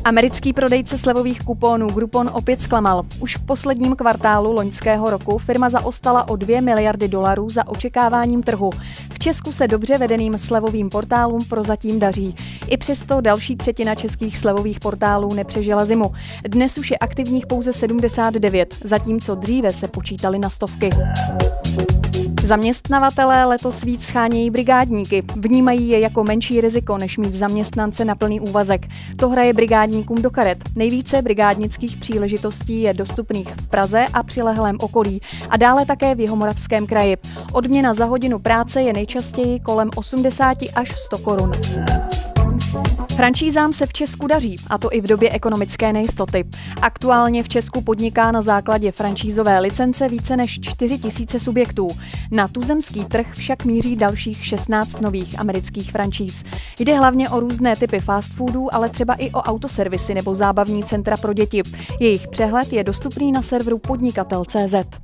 Americký prodejce slevových kuponů Groupon opět zklamal. Už v posledním kvartálu loňského roku firma zaostala o 2 miliardy dolarů za očekáváním trhu. V Česku se dobře vedeným slevovým portálům prozatím daří. I přesto další třetina českých slevových portálů nepřežila zimu. Dnes už je aktivních pouze 79, zatímco dříve se počítali na stovky. Zaměstnavatelé letos víc shánějí brigádníky. Vnímají je jako menší riziko, než mít zaměstnance na plný úvazek. To hraje brigádníkům do karet. Nejvíce brigádnických příležitostí je dostupných v Praze a přilehlém okolí a dále také v Jihomoravském kraji. Odměna za hodinu práce je nejčastěji kolem 80 až 100 korun. Franšízám se v Česku daří, a to i v době ekonomické nejistoty. Aktuálně v Česku podniká na základě franšízové licence více než 4 000 subjektů. Na tuzemský trh však míří dalších 16 nových amerických franšíz. Jde hlavně o různé typy fast foodů, ale třeba i o autoservisy nebo zábavní centra pro děti. Jejich přehled je dostupný na serveru podnikatel.cz.